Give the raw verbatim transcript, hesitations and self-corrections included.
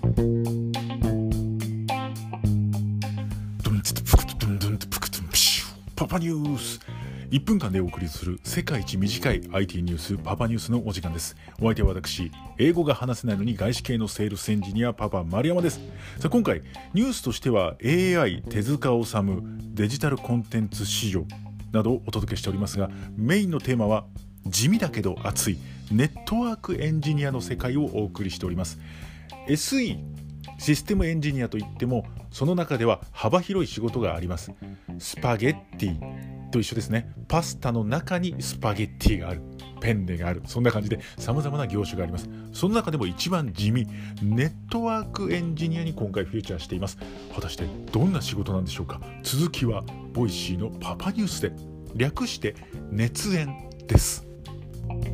パパニュース。いっぷんかんでお送りする世界一短い アイティー ニュースパパニュースのお時間です。お相手は私、英語が話せないのに外資系のセールスエンジニアパパ丸山です。さあ今回ニュースとしては エーアイ 手塚治虫デジタルコンテンツ市場などをお届けしておりますが、メインのテーマは地味だけど熱いネットワークエンジニアの世界をお送りしております。 エスイー システムエンジニアといってもその中では幅広い仕事があります。スパゲッティと一緒ですね。パスタの中にスパゲッティがある、ペンネがある、そんな感じで様々な業種があります。その中でも一番地味ネットワークエンジニアに今回フューチャーしています。果たしてどんな仕事なんでしょうか。続きはボイシーのパパニュースで、略して熱演です。